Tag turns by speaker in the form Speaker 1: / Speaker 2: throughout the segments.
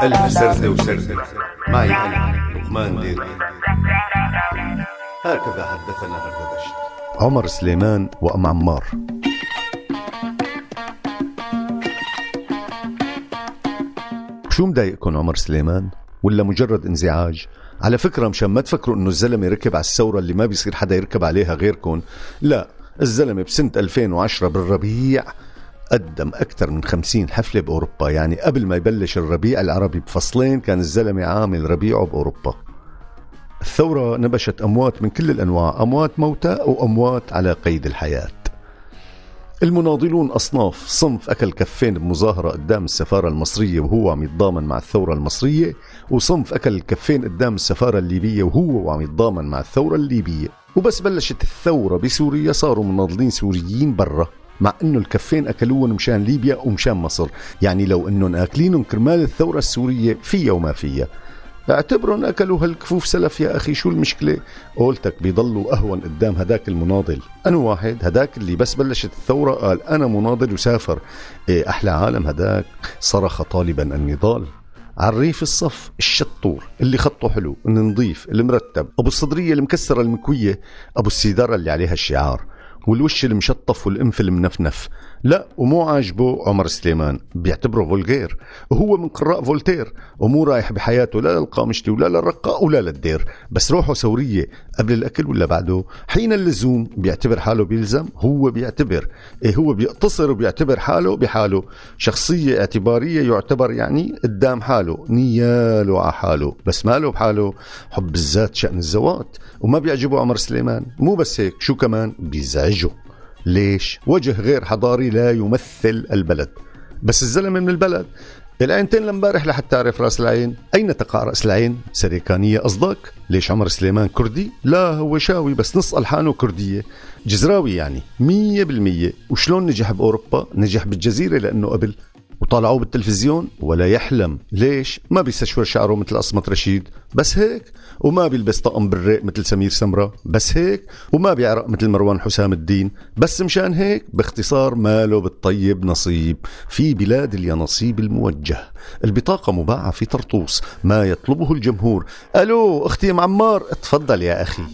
Speaker 1: ألف سردة وسردة معي أنا لقمان ديركي. هكذا حدثنا هردبشت
Speaker 2: عمر سليمان وأم عمار. شو مضايقكم عمر سليمان؟ ولا مجرد انزعاج؟ على فكرة مشان ما تفكروا انه الزلمة ركب على الثورة اللي ما بيصير حدا يركب عليها غيركم، لا، الزلمة بسنة 2010 بالربيع قدم أكثر من 50 حفلة بأوروبا. يعني قبل ما يبلش الربيع العربي بفصلين كان الزلمة عامل ربيعه بأوروبا. الثورة نبشت أموات من كل الأنواع، أموات موتى وأموات على قيد الحياة. المناضلون أصناف، صنف أكل كفين بمظاهرة قدام السفارة المصرية وهو عم يتضامن مع الثورة المصرية، وصنف أكل الكفين قدام السفارة الليبية وهو عم يتضامن مع الثورة الليبية. وبس بلشت الثورة بسوريا صاروا مناضلين سوريين برا، مع انه الكفين اكلوهم مشان ليبيا ومشان مصر. يعني لو انهم اكلينهم كرمال الثورة السورية فيها وما فيها، اعتبرون اكلوا هالكفوف سلف يا اخي. شو المشكلة؟ قولتك بيضلوا اهون قدام هداك المناضل. انا واحد هداك اللي بس بلشت الثورة قال انا مناضل وسافر. إيه احلى عالم هداك، صرخ طالبا النضال. عريف الصف الشطور اللي خطه حلو النظيف المرتب، ابو الصدرية المكسرة المكوية، ابو السيدارة اللي عليها الشعار، والوش المشطف والانف المنفنف. لا، ومو عاجبه عمر سليمان، بيعتبره فولغير، وهو من قراء فولتير، ومو رايح بحياته لا للقامشتي ولا للرقاء ولا للدير، بس روحه ثورية قبل الأكل ولا بعده. حين اللزوم بيعتبر حاله بيلزم، هو بيعتبر هو بيقتصر وبيعتبر حاله بحاله. شخصية اعتبارية يعتبر يعني قدام حاله، نياله على حاله، بس ماله بحاله. حب الذات شأن الزوات، وما بيعجبه عمر سليمان. مو بس هيك، شو كمان بيزعجه. ليش؟ وجه غير حضاري لا يمثل البلد. بس الزلمة من البلد. العينتين لمبارح لحتى تعرف راس العين. أين تقع رأس العين؟ سريكانية قصدك؟ ليش عمر سليمان كردي؟ لا، هو شاوي بس نص ألحانه كردية، جزراوي يعني 100%. وشلون نجح بأوروبا؟ نجح بالجزيرة لأنه قبل، وطالعوه بالتلفزيون ولا يحلم. ليش؟ ما بيستشور شعره مثل أصمت رشيد، بس هيك. وما بيلبس طقم بالريق مثل سمير سمرة، بس هيك. وما بيعرق مثل مروان حسام الدين، بس مشان هيك. باختصار ماله بالطيب نصيب. في بلاد اليانصيب الموجه، البطاقة مباعة في طرطوس، ما يطلبه الجمهور. ألو أختي أم عمار، اتفضل يا أخي.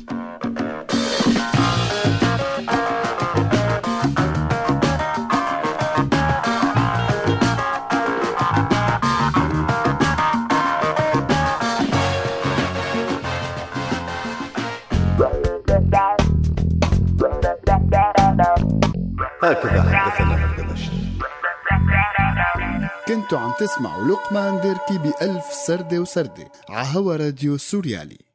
Speaker 1: هكذا حدثنا هردبشت.
Speaker 3: كنتوا عم تسمعوا لقمان ديركي بألف سردة وسردة عهوا راديو سوريالي.